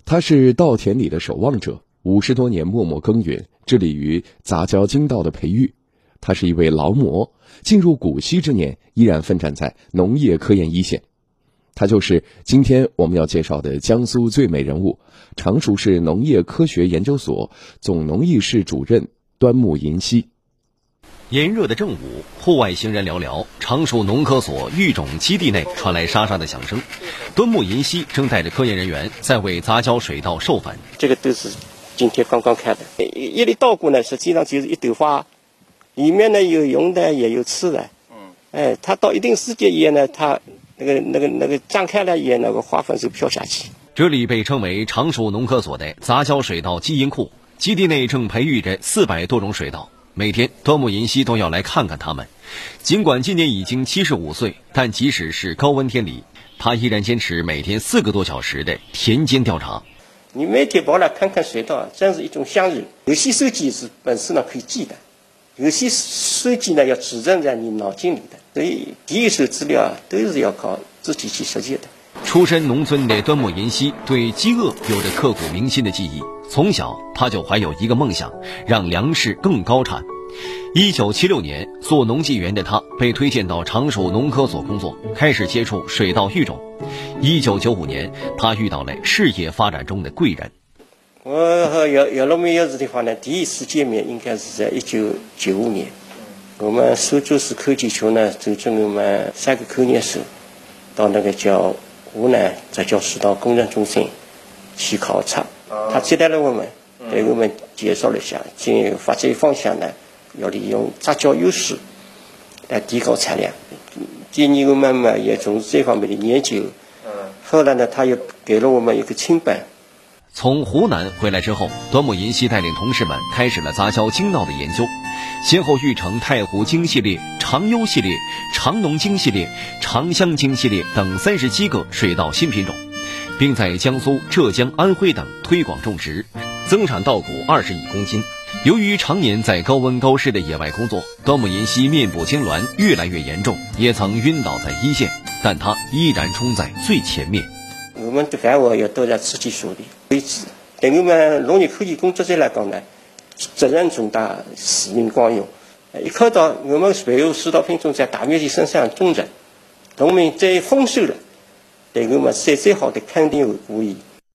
他是稻田里的守望者，50多年默默耕耘，致力于杂交精稻的培育。他是一位劳模，进入古稀之年依然奋战在农业科研一线。他就是今天我们要介绍的江苏最美人物，常熟市农业科学研究所总农艺室主任端木银溪。 炎热的正午，户外行人寥寥，常熟农科所育种基地内传来沙沙的响声。端木银溪正带着科研人员在为杂交水稻授粉。 这个都是今天刚刚开的，一粒稻谷呢，实际上就是一朵花，里面呢有用的也有吃的。它到一定时间以后呢，它那个张开了以后，那个花粉就飘下去。 这里被称为常熟农科所的杂交水稻基因库，基地内正培育着400多种水稻。每天端木银溪都要来看看他们。尽管今年已经75岁，但即使是高温天里，他依然坚持每天4个多小时的田间调查。 你每天跑来看看水稻，真是一种享受。有些手机是本身呢可以记的，有些手机呢要储存在你脑筋里的，所以第一手资料都是要靠自己去实践的。 出身农村的端木银溪对饥饿有着刻骨铭心的记忆，从小他就怀有一个梦想，让粮食更高产。1976年，做农技员的他被推荐到常熟农科所工作，开始接触水稻育种。1995年，他遇到了事业发展中的贵人。 我和姚老妹有子的话呢，第一次见面应该是在1995年。我们苏州市科技局呢，组织我们3个科研手到那个叫湖南杂交水稻工程中心去考察。他接待了我们，给我们介绍了一下，发展方向呢，要利用杂交优势来提高产量。建议我们嘛也从事这方面的研究。后来呢，他又给了我们一个青本。 从湖南回来之后，端木银溪带领同事们开始了杂交精稻的研究，先后育成太湖精系列、长优系列、长农精系列、长香精系列等37个水稻新品种，并在江苏、浙江、安徽等推广种植，增产稻谷20亿公斤。由于常年在高温高湿的野外工作，端木银溪面部痉挛越来越严重，也曾晕倒在一线，但他依然冲在最前面。 我们的干活要都在自己手里，所以对我们农业科技工作者来讲呢，责任重大，使命光荣。一看到我们所有水稻品种在大面积生产种植，农民最丰收了，对我们最好的肯定和鼓励。